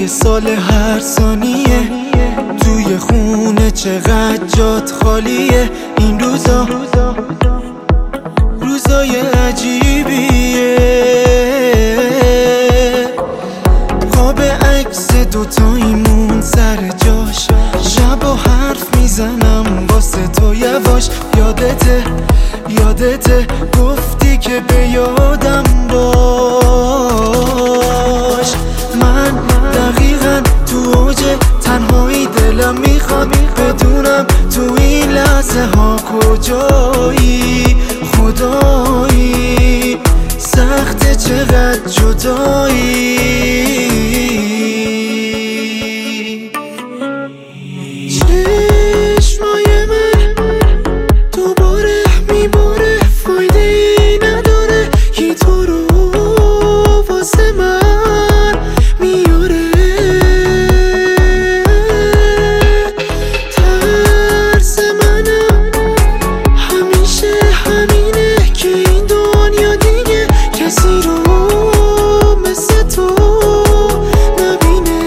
یه سال هر ثانیه توی خونه چقدر جات خالیه. این روزای عجیبیه. قاب عکس دوتاییمون سر جاش، شبا حرف میزنم واسه تو یواش. یادته گفتی که به یادم باش. من دقیقا تو اوج تنهایی دلم میخواد بدونم تو این لحظه ها کجایی. خدایی سخته چقدر جدایی. چشمای من دوباره میباره، فایده ای نداره کی تو رو واسه من میاره. ترس منم همیشه همینه که این دنیا دیگه کسی رو مثل تو نبینه.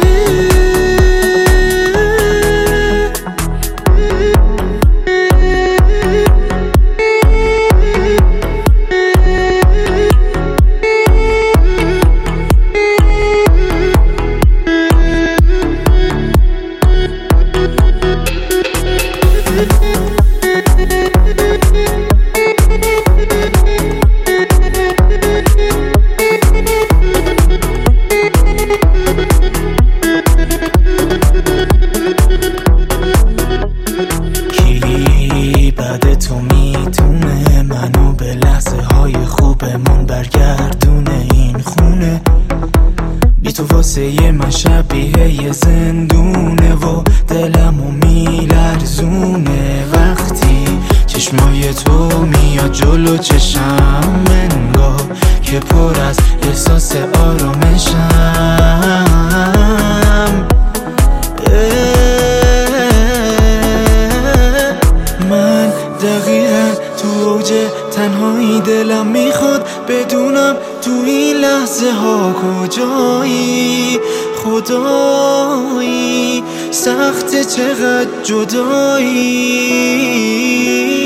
کی بعد تو میتونه منو به لحظه های خوبمون برگردونه؟ این خونه بی تو واسه من شبیه یه زندونه و دلمو میلرزونه. وقتی چشمای تو میاد جلو چشم، انگار که پر از احساس آرامشم. من دقیقا تو اوج تنهایی دلم میخواد بدونم تو این لحظه ها کجایی. خدایی سخته چقدر جدایی.